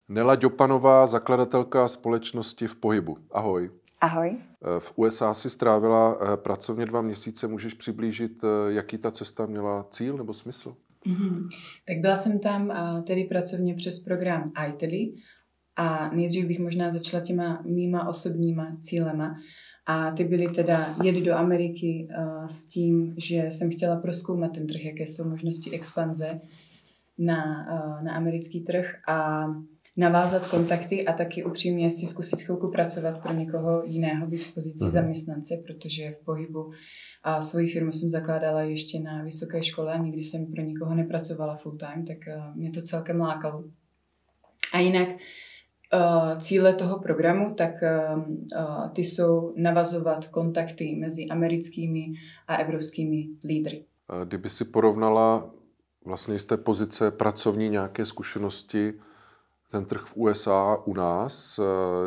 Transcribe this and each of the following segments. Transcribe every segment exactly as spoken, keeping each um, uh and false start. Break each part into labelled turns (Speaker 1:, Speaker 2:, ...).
Speaker 1: Nela Ďopanová, zakladatelka společnosti V pohybu. Ahoj.
Speaker 2: Ahoj.
Speaker 1: V U S A si strávila pracovně dva měsíce. Můžeš přiblížit, jaký ta cesta měla cíl nebo smysl?
Speaker 2: Mm-hmm. Tak byla jsem tam tedy pracovně přes program I T E D a nejdřív bych možná začala těma mýma osobníma cílema. A ty byly teda jet do Ameriky uh, s tím, že jsem chtěla prozkoumat ten trh, jaké jsou možnosti expanze na, uh, na americký trh a navázat kontakty a taky upřímně si zkusit chvilku pracovat pro někoho jiného, být v pozici mm. zaměstnance, protože v pohybu a svoji firmu jsem zakládala ještě na vysoké škole a nikdy jsem pro nikoho nepracovala full time, tak uh, mě to celkem lákalo. A jinak uh, cíle toho programu, tak uh, uh, ty jsou navazovat kontakty mezi americkými a evropskými lídry.
Speaker 1: Kdyby si porovnala vlastně z té pozice pracovní nějaké zkušenosti ten trh v U S A u nás,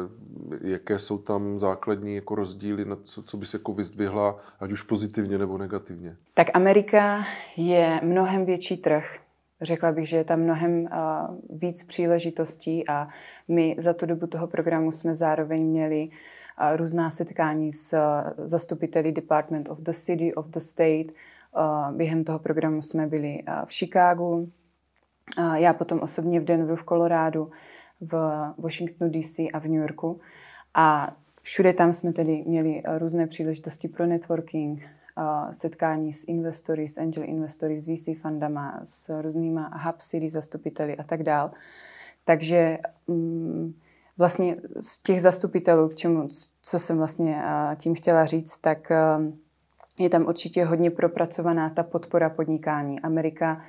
Speaker 1: jaké jsou tam základní jako rozdíly, na co, co bys jako vyzdvihla, ať už pozitivně nebo negativně?
Speaker 2: Tak Amerika je mnohem větší trh. Řekla bych, že je tam mnohem uh, víc příležitostí a my za tu dobu toho programu jsme zároveň měli uh, různá setkání s uh, zastupiteli Department of the City, of the State. Uh, během toho programu jsme byli uh, v Chicagu, uh, já potom osobně v Denveru, v Colorádu, v Washingtonu D C a v New Yorku. A všude tam jsme tedy měli uh, různé příležitosti pro networking, Uh, setkání s investory, s angel investory, s V C fundama, s různýma hub city zastupiteli a tak dál. Takže um, vlastně z těch zastupitelů, k čemu, co jsem vlastně uh, tím chtěla říct, tak uh, je tam určitě hodně propracovaná ta podpora podnikání. Amerika,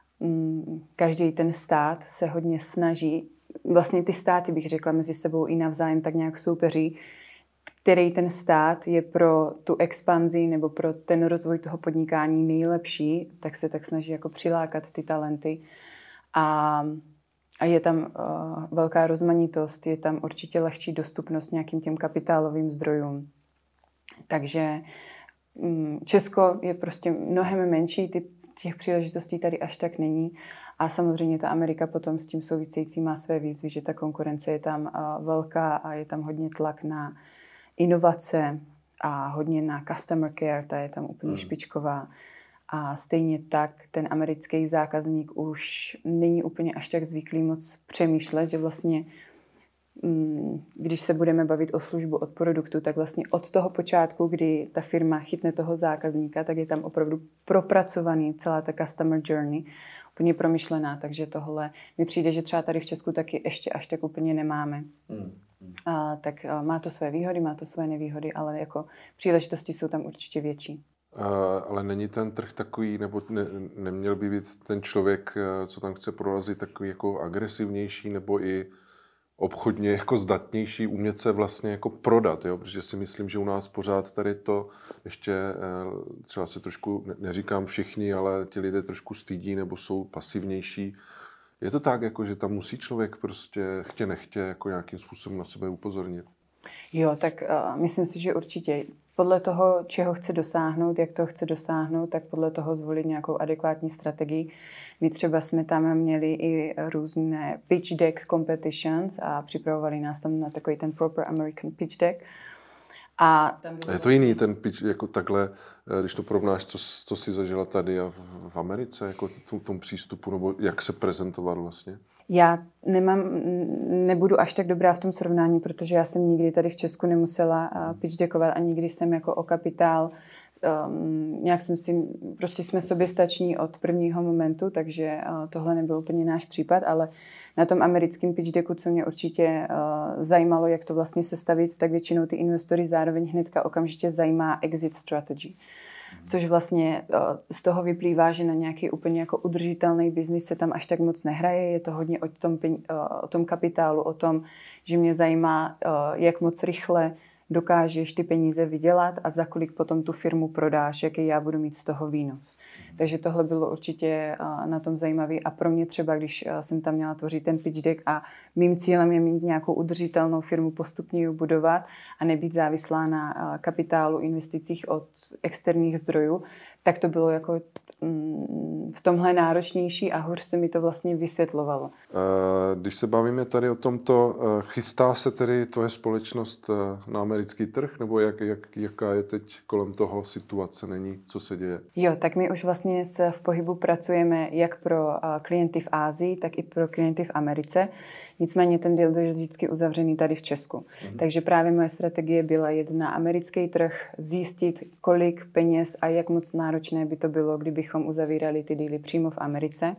Speaker 2: um, každý ten stát se hodně snaží, vlastně ty státy, bych řekla, mezi sebou i navzájem tak nějak soupeří, který ten stát je pro tu expanzi nebo pro ten rozvoj toho podnikání nejlepší, tak se tak snaží jako přilákat ty talenty. A, a je tam uh, velká rozmanitost, je tam určitě lehčí dostupnost nějakým těm kapitálovým zdrojům. Takže um, Česko je prostě mnohem menší, ty, těch příležitostí tady až tak není. A samozřejmě ta Amerika potom s tím související má své výzvy, že ta konkurence je tam uh, velká a je tam hodně tlak na inovace a hodně na customer care, ta je tam úplně hmm. špičková. A stejně tak ten americký zákazník už není úplně až tak zvyklý moc přemýšlet, že vlastně, když se budeme bavit o službu od produktu, tak vlastně od toho počátku, kdy ta firma chytne toho zákazníka, tak je tam opravdu propracovaný celá ta customer journey, úplně promyšlená, takže tohle mi přijde, že třeba tady v Česku taky ještě až tak úplně nemáme. Hmm. A, tak a má to své výhody, má to své nevýhody, ale jako příležitosti jsou tam určitě větší.
Speaker 1: Uh, ale není ten trh takový, nebo ne, neměl by být ten člověk, co tam chce prorazit, takový jako agresivnější, nebo i obchodně jako zdatnější, umět se vlastně jako prodat, jo? Protože si myslím, že u nás pořád tady to ještě, třeba se trošku, neříkám všichni, ale ti lidé trošku stydí nebo jsou pasivnější. Je to tak, jako, že tam musí člověk prostě chtě nechtě jako nějakým způsobem na sebe upozornit?
Speaker 2: Jo, tak uh, myslím si, že určitě podle toho, čeho chce dosáhnout, jak to chce dosáhnout, tak podle toho zvolit nějakou adekvátní strategii. My třeba jsme tam měli i různé pitch deck competitions a připravovali nás tam na takový ten proper American pitch deck. A tam
Speaker 1: je to jiný ten pitch, jako takhle, když to porovnáš, co, co jsi zažila tady a v, v Americe, jako v tom přístupu, nebo jak se prezentovat vlastně?
Speaker 2: Já nemám, nebudu až tak dobrá v tom srovnání, protože já jsem nikdy tady v Česku nemusela pitch deckovat a nikdy jsem jako o kapitál, um, nějak jsem si, prostě jsme soběstační od prvního momentu, takže uh, tohle nebyl úplně náš případ, ale na tom americkém pitch decku, co mě určitě uh, zajímalo, jak to vlastně sestavit, tak většinou ty investory zároveň hnedka okamžitě zajímá exit strategy. Což vlastně z toho vyplývá, že na nějaký úplně jako udržitelný biznis se tam až tak moc nehraje. Je to hodně o tom, o tom kapitálu, o tom, že mě zajímá, jak moc rychle dokážeš ty peníze vydělat a za kolik potom tu firmu prodáš, jaký já budu mít z toho výnos. Takže tohle bylo určitě na tom zajímavé a pro mě třeba, když jsem tam měla tvořit ten pitch deck a mým cílem je mít nějakou udržitelnou firmu, postupně ji budovat a nebýt závislá na kapitálu, investicích od externích zdrojů, tak to bylo jako v tomhle náročnější a hůř se mi to vlastně vysvětlovalo.
Speaker 1: Když se bavíme tady o tomto, chystá se tedy tvoje společnost na americký trh, nebo jak, jak, jaká je teď kolem toho situace, není, co se děje?
Speaker 2: Jo, tak my už vlastně se v pohybu pracujeme jak pro klienty v Asii, tak i pro klienty v Americe. Nicméně ten deal byl vždycky uzavřený tady v Česku. Mhm. Takže právě moje strategie byla jet na americký trh, zjistit, kolik peněz a jak moc náročné by to bylo, kdybychom uzavírali ty dealy přímo v Americe.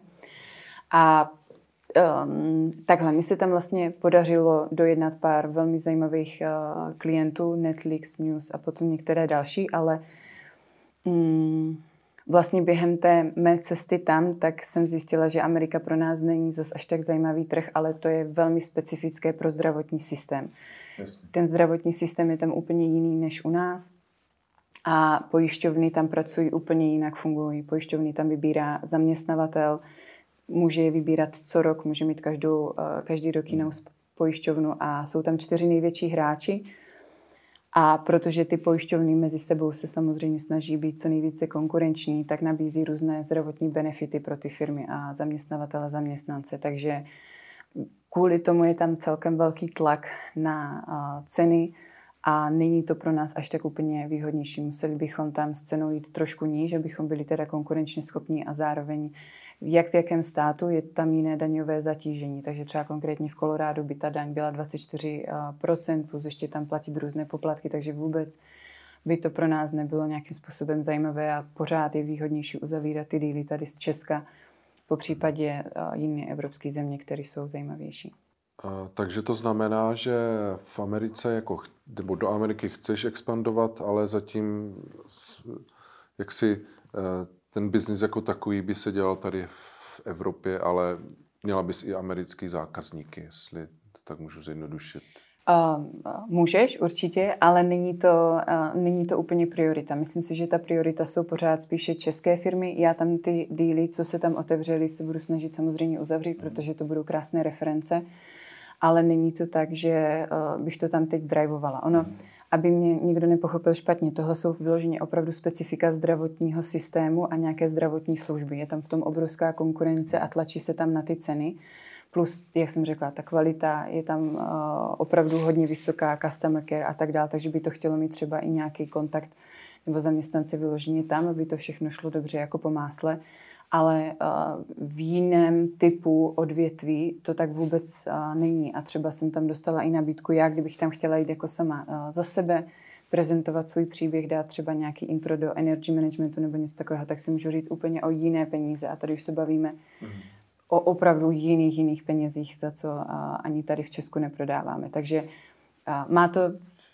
Speaker 2: A um, takhle, mi se tam vlastně podařilo dojednat pár velmi zajímavých uh, klientů, Netflix, News a potom některé další, ale um, vlastně během té mé cesty tam, tak jsem zjistila, že Amerika pro nás není zas až tak zajímavý trh, ale to je velmi specifické pro zdravotní systém. Jasně. Ten zdravotní systém je tam úplně jiný než u nás a pojišťovny tam pracují úplně jinak, fungují. Pojišťovny tam vybírá zaměstnavatel, může je vybírat co rok, může mít každou, každý rok jinou pojišťovnu a jsou tam čtyři největší hráči. A protože ty pojišťovny mezi sebou se samozřejmě snaží být co nejvíce konkurenční, tak nabízí různé zdravotní benefity pro ty firmy a zaměstnavatele, zaměstnance. Takže kvůli tomu je tam celkem velký tlak na ceny a není to pro nás až tak úplně výhodnější. Museli bychom tam s cenou jít trošku níž, abychom byli teda konkurenčně schopní a zároveň jak v jakém státu je tam jiné daňové zatížení. Takže třeba konkrétně v Kolorádu by ta daň byla dvacet čtyři procent plus ještě tam platit různé poplatky, takže vůbec by to pro nás nebylo nějakým způsobem zajímavé a pořád je výhodnější uzavírat ty díly tady z Česka, po případě jiné evropské země, které jsou zajímavější.
Speaker 1: A, takže to znamená, že v Americe, jako, nebo do Ameriky chceš expandovat, ale zatím jak si ten biznis jako takový by se dělal tady v Evropě, ale měla bys i americký zákazníky, jestli to tak můžu zjednodušit.
Speaker 2: Uh, můžeš, určitě, ale není to, uh, není to úplně priorita. Myslím si, že ta priorita jsou pořád spíše české firmy. Já tam ty díly, co se tam otevřely, se budu snažit samozřejmě uzavřít, protože to budou krásné reference, ale není to tak, že uh, bych to tam teď drivovala. Ono, hmm. aby mě nikdo nepochopil špatně, tohle jsou vyloženě opravdu specifika zdravotního systému a nějaké zdravotní služby. Je tam v tom obrovská konkurence a tlačí se tam na ty ceny. Plus, jak jsem řekla, ta kvalita je tam uh, opravdu hodně vysoká, customer care a tak dále, takže by to chtělo mít třeba i nějaký kontakt nebo zaměstnance vyloženě tam, aby to všechno šlo dobře jako po másle. Ale uh, v jiném typu odvětví to tak vůbec uh, není. A třeba jsem tam dostala i nabídku, já kdybych tam chtěla jít jako sama uh, za sebe, prezentovat svůj příběh, dát třeba nějaký intro do energy managementu nebo něco takového, tak si můžu říct úplně o jiné peníze. A tady už se bavíme mm. o opravdu jiných, jiných penězích, za co uh, ani tady v Česku neprodáváme. Takže uh, má to,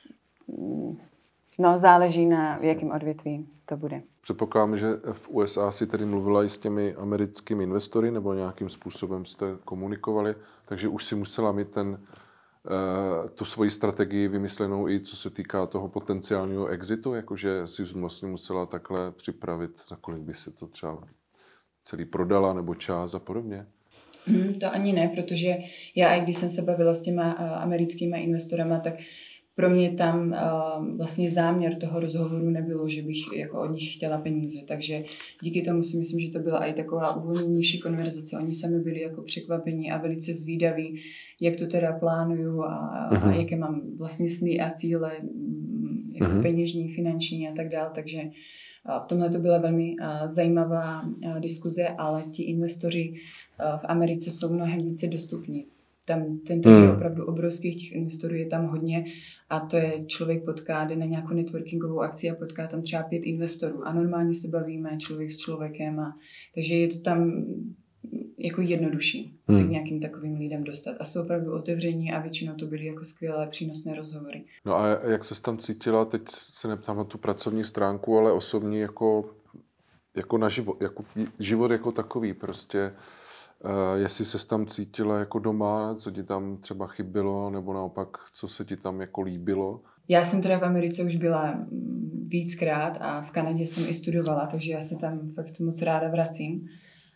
Speaker 2: no záleží na v jakém odvětví to bude.
Speaker 1: Předpokládám, že v U S A si tedy mluvila i s těmi americkými investory nebo nějakým způsobem jste komunikovali, takže už si musela mít ten, tu svoji strategii vymyslenou i co se týká toho potenciálního exitu, jakože si vlastně musela takhle připravit, za kolik by se to třeba celý prodala nebo část a podobně.
Speaker 2: Hmm, to ani ne, protože já, i když jsem se bavila s těma americkými investorama, tak pro mě tam uh, vlastně záměr toho rozhovoru nebylo, že bych jako od nich chtěla peníze. Takže díky tomu si myslím, že to byla i taková uvolněnější konverzace. Oni sami byli jako překvapení a velice zvídaví, jak to teda plánuju a, uh-huh. a jaké mám vlastně sny a cíle, jako uh-huh. peněžní, finanční a tak dále. Takže uh, v tomhle to byla velmi uh, zajímavá uh, diskuze, ale ti investoři uh, v Americe jsou mnohem více dostupní. Tam ten trh je opravdu obrovských, těch investorů je tam hodně a to je člověk potká, jde na nějakou networkingovou akci a potká tam třeba pět investorů a normálně se bavíme člověk s člověkem a takže je to tam jako jednodušší hmm. si k nějakým takovým lidem dostat a jsou opravdu otevření a většinou to byly jako skvělé přínosné rozhovory.
Speaker 1: No a jak ses tam cítila, teď se neptám na tu pracovní stránku, ale osobní jako, jako na život, jako život jako takový prostě. Uh, jestli ses tam cítila jako doma, co ti tam třeba chybilo, nebo naopak, co se ti tam jako líbilo?
Speaker 2: Já jsem teda v Americe už byla víckrát a v Kanadě jsem i studovala, takže já se tam fakt moc ráda vracím.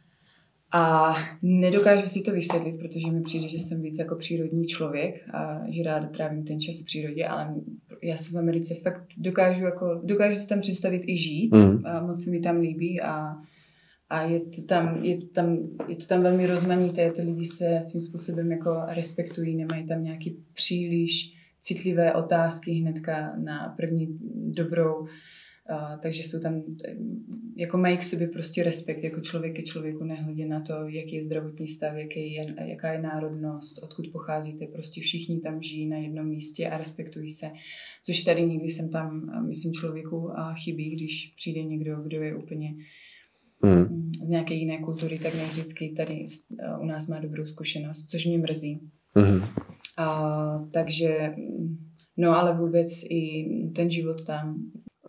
Speaker 2: A nedokážu si to vysvětlit, protože mi přijde, že jsem víc jako přírodní člověk a že ráda trávím ten čas v přírodě, ale já se v Americe fakt dokážu, jako, dokážu si tam představit i žít mm. a moc se mi tam líbí a, a je, to tam, je, to tam, je to tam velmi rozmanité, ty lidi se svým způsobem jako respektují, nemají tam nějaký příliš citlivé otázky hnedka na první dobrou. Uh, takže jsou tam, jako mají k sobě prostě respekt, jako člověk ke člověku, nehledě na to, jaký je zdravotní stav, jaký je, jaká je národnost, odkud pocházíte, prostě všichni tam žijí na jednom místě a respektují se, což tady někdy jsem tam, myslím, člověku a chybí, když přijde někdo, kdo je úplně mm. z nějaké jiné kultury, tak ne vždycky tady uh, u nás má dobrou zkušenost, což mě mrzí. Mm. Uh, takže, no ale vůbec i ten život tam.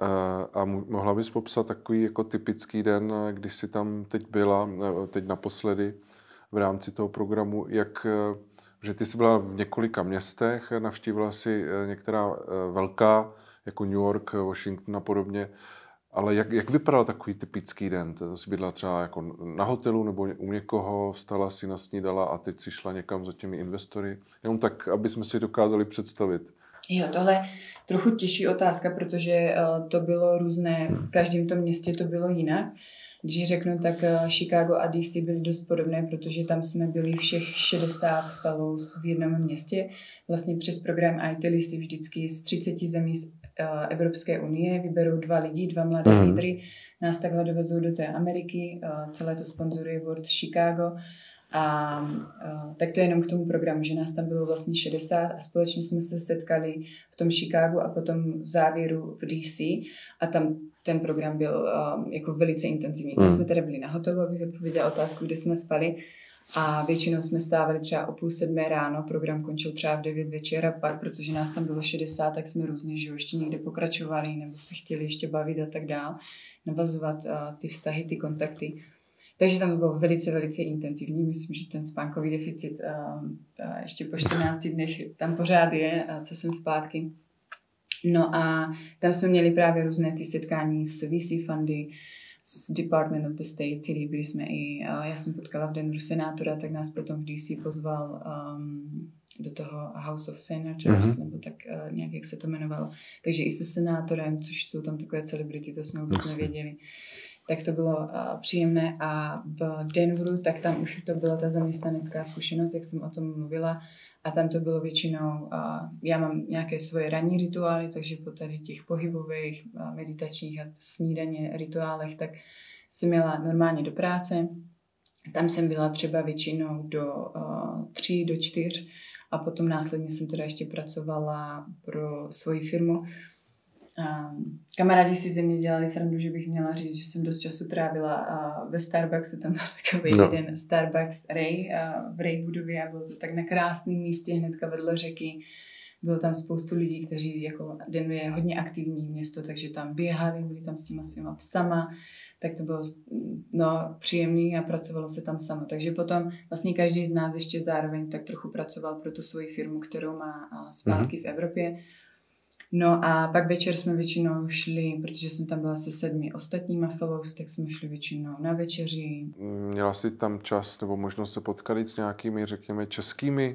Speaker 1: A mohla bys popsat takový jako typický den, když jsi tam teď byla, teď naposledy v rámci toho programu, jak, že ty jsi byla v několika městech, navštívila si některá velká, jako New York, Washington a podobně, ale jak, jak vypadal takový typický den? To jsi bydla třeba jako na hotelu nebo u někoho, vstala si, nasnídala a teď si šla někam za těmi investory? Jenom tak, aby jsme si dokázali představit.
Speaker 2: Jo, tohle trochu těžší otázka, protože uh, to bylo různé, v každém tom městě to bylo jinak. Když řeknu, tak uh, Chicago a D C byly dost podobné, protože tam jsme byli všech šedesát fellows v jednom městě. Vlastně přes program I T L I si vždycky z třiceti zemí z uh, Evropské unie vyberou dva lidi, dva mladé mm. lídry, nás takhle dovezou do té Ameriky, uh, celé to sponzoruje World Chicago. A, a tak to je jenom k tomu programu, že nás tam bylo vlastně šedesát a společně jsme se setkali v tom Chicagu a potom v závěru v D C a tam ten program byl um, jako velice intenzivní. Mm. My jsme tady byli na hotelu, abych odpověděla otázku, kde jsme spali a většinou jsme stávali třeba o půl sedmé ráno, program končil třeba v devět večer a pak, protože nás tam bylo šedesát, tak jsme různě, že ještě někde pokračovali nebo se chtěli ještě bavit a tak dál, navazovat uh, ty vztahy, ty kontakty. Takže tam to bylo velice, velice intenzivní. Myslím, že ten spánkový deficit uh, uh, ještě po čtrnácti dnech tam pořád je, uh, co jsem zpátky. No a tam jsme měli právě různé ty setkání s V C fundy, s Department of the State City. Byli jsme i, uh, já jsem potkala v Denveru senátora, tak nás potom v D C pozval um, do toho House of Senators, mm-hmm. nebo tak uh, nějak, jak se to jmenovalo. Takže i se senátorem, což jsou tam takové celebrity, to jsme vůbec nevěděli. Tak to bylo uh, příjemné a v Denveru, tak tam už to byla ta zaměstnanecká zkušenost, jak jsem o tom mluvila a tam to bylo většinou, uh, já mám nějaké svoje ranní rituály, takže po tady těch pohybových, uh, meditačních a snídaně rituálech, tak jsem měla normálně do práce, tam jsem byla třeba většinou do uh, tří, do čtyř a potom následně jsem teda ještě pracovala pro svoji firmu. Um, kamarádi si ze mě dělali srandu, že bych měla říct, že jsem dost času trávila uh, ve Starbucksu, tam byl takový no. jeden Starbucks Ray uh, v Ray budově a bylo to tak na krásném místě hnedka vedle řeky. Bylo tam spoustu lidí, kteří, jako Denver je hodně aktivní město, takže tam běhali, byli tam s těma svýma psama, tak to bylo no, příjemný a pracovalo se tam samo. Takže potom vlastně každý z nás ještě zároveň tak trochu pracoval pro tu svoji firmu, kterou má uh, zpátky mm-hmm. v Evropě. No a pak večer jsme většinou šli, protože jsem tam byla se sedmi ostatníma fellows, tak jsme šli většinou na večeři.
Speaker 1: Měla jsi tam čas nebo možnost se potkat s nějakými, řekněme, českými,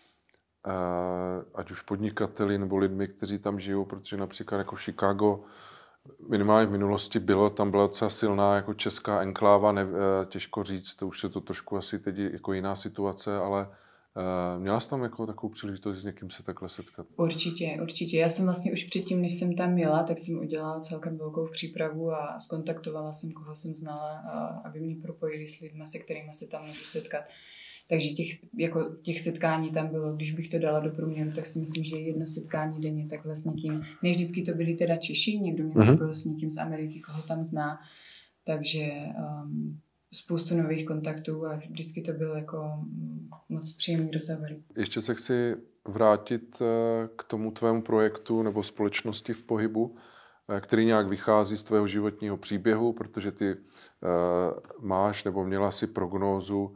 Speaker 1: ať už podnikateli nebo lidmi, kteří tam žijou, protože například jako Chicago minimálně v minulosti bylo, tam byla docela silná jako česká enkláva, ne, těžko říct, to už je to trošku asi teď jako jiná situace, ale Uh, měla jsi tam jako takovou příležitost s někým se takhle setkat?
Speaker 2: Určitě, určitě. Já jsem vlastně už předtím, než jsem tam jela, tak jsem udělala celkem velkou přípravu a skontaktovala jsem, koho jsem znala, a, aby mě propojili s lidmi, se kterými se tam můžu setkat. Takže těch, jako těch setkání tam bylo, když bych to dala do průměru, tak si myslím, že jedno setkání denně takhle s někým. Ne vždycky to byli teda Češi, někdo mě uh-huh. byl s někým z Ameriky, koho tam zná. Takže um, spoustu nových kontaktů a vždycky to bylo jako moc příjemný rozhovory.
Speaker 1: Ještě se chci vrátit k tomu tvému projektu nebo společnosti v pohybu, který nějak vychází z tvého životního příběhu, protože ty máš nebo měla si prognózu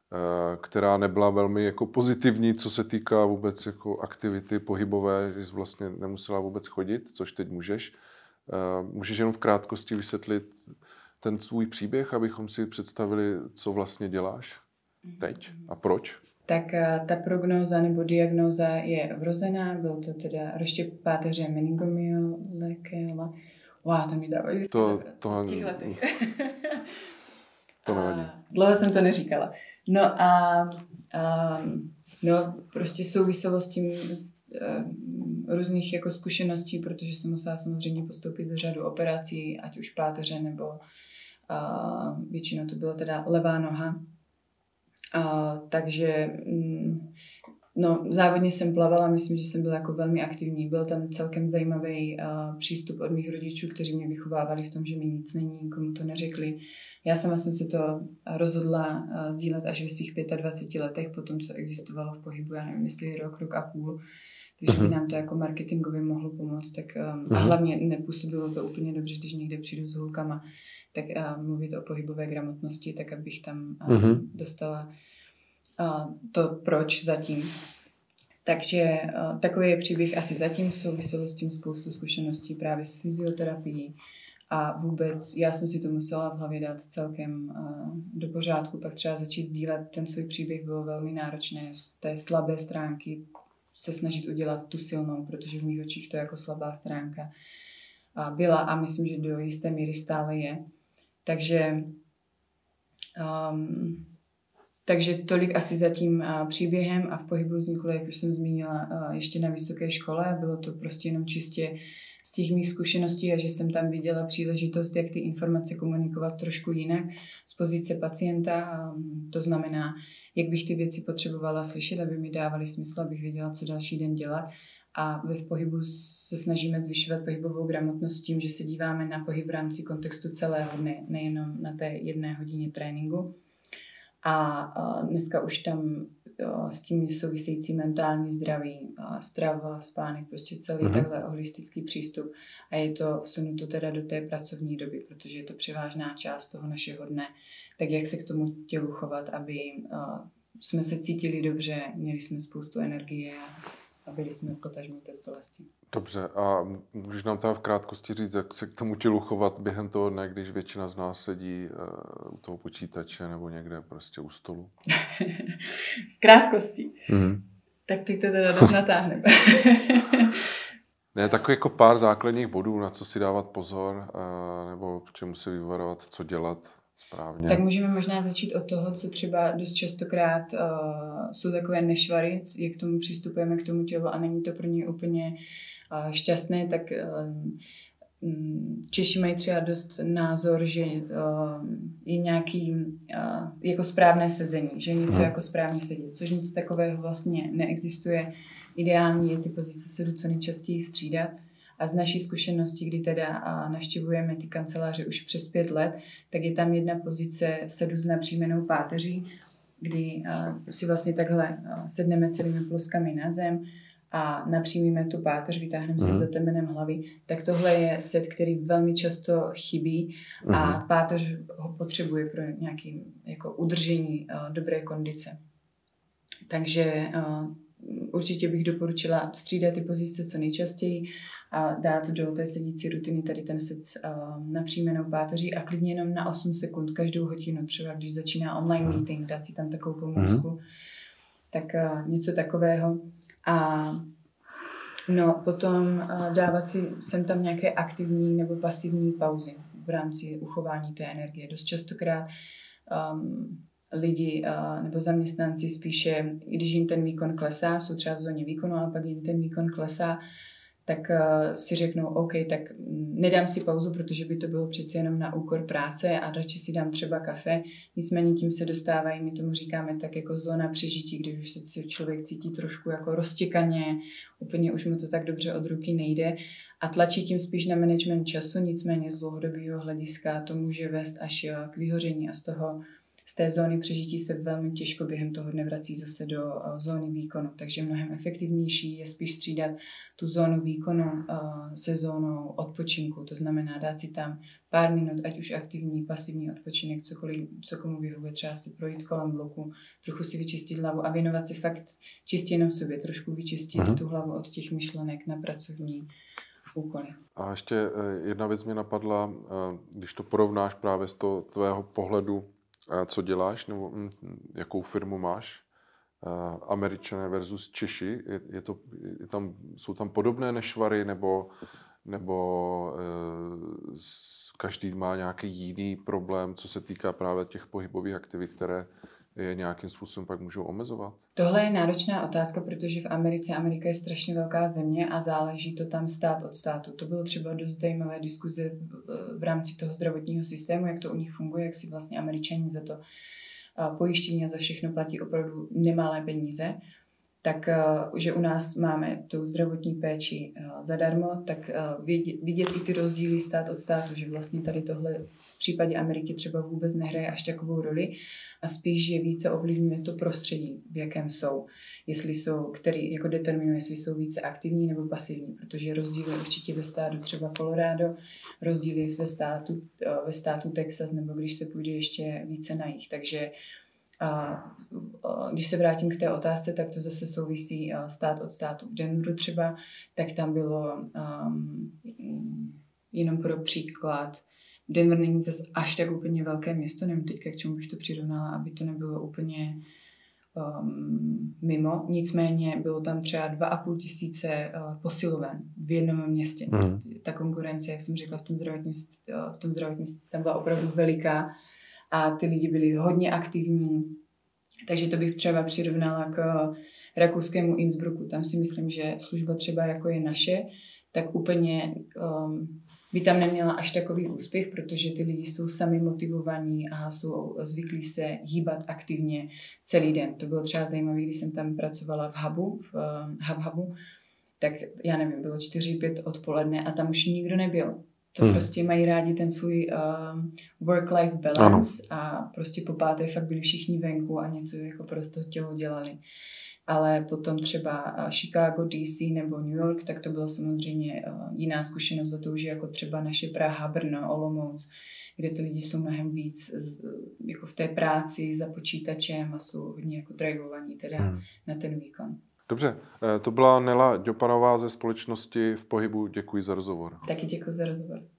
Speaker 1: která nebyla velmi jako pozitivní, co se týká vůbec jako aktivity pohybové, že jsi vlastně nemusela vůbec chodit, což teď můžeš. Můžeš jenom v krátkosti vysvětlit ten svůj příběh, abychom si představili, co vlastně děláš teď a proč?
Speaker 2: Tak ta prognóza nebo diagnóza je vrozená, byl to teda rozštěp páteře meningomyelekela. Wow, to mi dává vždycky
Speaker 1: to, to,
Speaker 2: v těch letech.
Speaker 1: To nevadí.
Speaker 2: Dlouho jsem to neříkala. No a, a no, prostě souviselo s tím různých jako zkušeností, protože jsem musela samozřejmě postoupit řadu operací, ať už páteře nebo a, většinou to byla teda levá noha. A, takže no, závodně jsem plavala, myslím, že jsem byla jako velmi aktivní. Byl tam celkem zajímavý uh, přístup od mých rodičů, kteří mě vychovávali v tom, že mi nic není, komu to neřekli. Já sama jsem se to rozhodla uh, sdílet až ve svých dvaceti pěti letech, po tom, co existovalo v pohybu, já nevím, jestli rok, rok a půl. Takže by nám to jako marketingově mohlo pomoct. Tak, um, a hlavně nepůsobilo to úplně dobře, když někde přijdu s holkama, tak uh, mluvit o pohybové gramotnosti, tak abych tam uh, uh-huh. dostala uh, to proč zatím. Takže uh, takový je příběh asi zatím, souviselo s tím spoustu zkušeností právě s fyzioterapií a vůbec já jsem si to musela v hlavě dát celkem uh, do pořádku, pak třeba začít sdílet ten svůj příběh bylo velmi náročné z té slabé stránky se snažit udělat tu silnou, protože v mých očích to jako slabá stránka uh, byla a myslím, že do jisté míry stále je. Takže um, Takže tolik asi za tím příběhem a v pohybu vzniklo, jak už jsem zmínila, ještě na vysoké škole. Bylo to prostě jenom čistě z těch mých zkušeností a že jsem tam viděla příležitost, jak ty informace komunikovat trošku jinak z pozice pacienta. To znamená, jak bych ty věci potřebovala slyšet, aby mi dávaly smysl, abych věděla, co další den dělat. A ve pohybu se snažíme zvyšovat pohybovou gramotnost tím, že se díváme na pohyb v rámci kontextu celého dne, nejenom na té jedné hodině tréninku. A dneska už tam s tím související mentální zdraví, strava, spánek, prostě celý mm-hmm. takhle holistický přístup. A je to vsunuto teda do té pracovní doby, protože je to převážná část toho našeho dne. Tak jak se k tomu tělu chovat, aby jsme se cítili dobře, měli jsme spoustu energie a byli jsme potažmo bez bolesti.
Speaker 1: Dobře, a můžeš nám tam v krátkosti říct, jak se k tomu tělu chovat během toho dne, když většina z nás sedí uh, u toho počítače nebo někde prostě u stolu?
Speaker 2: V krátkosti?
Speaker 1: Mm-hmm.
Speaker 2: Tak teď to teda dost natáhneme.
Speaker 1: Ne, takový jako pár základních bodů, na co si dávat pozor, uh, nebo čemu se vyvarovat, co dělat správně.
Speaker 2: Tak můžeme možná začít od toho, co třeba dost častokrát uh, jsou takové nešvary, jak k tomu přistupujeme k tomu tělu a není to pro ně úplně uh, šťastné, tak uh, Češi mají třeba dost názor, že uh, je nějaký uh, jako správné sezení, že něco hmm. jako správně sedět, což nic takového vlastně neexistuje. Ideální je ty pozice sedu co nejčastěji střídat. A z naší zkušenosti, kdy teda navštěvujeme ty kanceláře už přes pět let, tak je tam jedna pozice sedu s napřímenou páteří, kdy si vlastně takhle sedneme celými ploskami na zem a napřímíme tu páteř, vytáhneme si za temenem hlavy. Tak tohle je set, který velmi často chybí a páteř ho potřebuje pro nějaké jako udržení dobré kondice. Takže určitě bych doporučila střídat ty pozice co nejčastěji a dát do té sedící rutiny tady ten set uh, napřímenou páteří a klidně jenom na osm sekund každou hodinu, třeba když začíná online meeting, dát si tam takovou pomůcku, mm. tak uh, něco takového. A no, potom uh, dávat si sem tam nějaké aktivní nebo pasivní pauzy v rámci uchování té energie. Dost častokrát um, lidi uh, nebo zaměstnanci spíše, když jim ten výkon klesá, jsou třeba v zóně výkonu a pak jim ten výkon klesá, tak uh, si řeknou, OK, tak nedám si pauzu, protože by to bylo přeci jenom na úkor práce a radši si dám třeba kafe. Nicméně tím se dostávají, my tomu říkáme tak jako zóna přežití, když už se člověk cítí trošku jako roztěkaně, úplně už mu to tak dobře od ruky nejde a tlačí tím spíš na management času, nicméně z dlouhodobého hlediska to může vést až k vyhoření a z toho z té zóny přežití se velmi těžko během toho dne vrací zase do uh, zóny výkonu. Takže mnohem efektivnější je spíš střídat tu zónu výkonu uh, se zónou odpočinku. To znamená dát si tam pár minut, ať už aktivní, pasivní odpočinek, cokoliv, co komu vyhovuje, třeba si projít kolem bloku, trochu si vyčistit hlavu a věnovat si fakt čistě jenom sobě, trošku vyčistit
Speaker 1: Mhm.
Speaker 2: tu hlavu od těch myšlenek na pracovní úkoly.
Speaker 1: A ještě eh, jedna věc mě napadla, eh, když to porovnáš právě z toho tvého pohledu, eh, co děláš, nebo hm, jakou firmu máš, eh, Američané versus Češi, je, je to, je tam, jsou tam podobné nešvary, nebo, nebo eh, s- každý má nějaký jiný problém, co se týká právě těch pohybových aktivit, které je nějakým způsobem pak můžou omezovat?
Speaker 2: Tohle je náročná otázka, protože v Americe, Amerika je strašně velká země a záleží to tam stát od státu. To bylo třeba dost zajímavé diskuze v, v rámci toho zdravotního systému, jak to u nich funguje, jak si vlastně Američani za to a, pojištění a za všechno platí opravdu nemalé peníze. Tak, a, že u nás máme tu zdravotní péči a, zadarmo, tak a, vidět, vidět i ty rozdíly stát od státu, že vlastně tady tohle v případě Ameriky třeba vůbec nehraje až takovou roli a spíš je více ovlivňuje to prostředí, v jakém jsou. Jestli jsou, který jako determinuje, jestli jsou více aktivní nebo pasivní, protože rozdíl je určitě ve státu třeba Colorado, rozdíl je ve státu, ve státu Texas, nebo když se půjde ještě více na jih. Takže a, a, když se vrátím k té otázce, tak to zase souvisí a, stát od státu. V Denveru třeba, tak tam bylo um, jenom pro příklad, Denver není zase až tak úplně velké město, nevím teďka, k čemu bych to přirovnala, aby to nebylo úplně um, mimo. Nicméně bylo tam třeba dva a půl tisíce uh, posiloven v jednom městě.
Speaker 1: Mhm.
Speaker 2: Ta konkurence, jak jsem řekla, v tom zdravotnictví, uh, v tom zdravotnictví tam byla opravdu veliká a ty lidi byli hodně aktivní. Takže to bych třeba přirovnala k rakouskému Innsbrucku. Tam si myslím, že služba třeba jako je naše, tak úplně um, by tam neměla až takový úspěch, protože ty lidi jsou sami motivovaní a jsou zvyklí se hýbat aktivně celý den. To bylo třeba zajímavé, když jsem tam pracovala v Hubu, v um, Hub Hubu, tak já nevím, bylo čtyři pět odpoledne a tam už nikdo nebyl. To
Speaker 1: Hmm.
Speaker 2: prostě mají rádi ten svůj um, work-life balance ano. A prostě po páté fakt byli všichni venku a něco jako pro to tělo dělali. Ale potom třeba Chicago, D C nebo New York, tak to bylo samozřejmě jiná zkušenost, za to už jako třeba naše Praha, Brno, Olomouc, kde ty lidi jsou mnohem víc jako v té práci za počítačem a jsou hodně jako drivovaní teda hmm. na ten výkon.
Speaker 1: Dobře, to byla Nela Ďopanová ze společnosti V pohybu. Děkuji za rozhovor.
Speaker 2: Taky děkuji za rozhovor.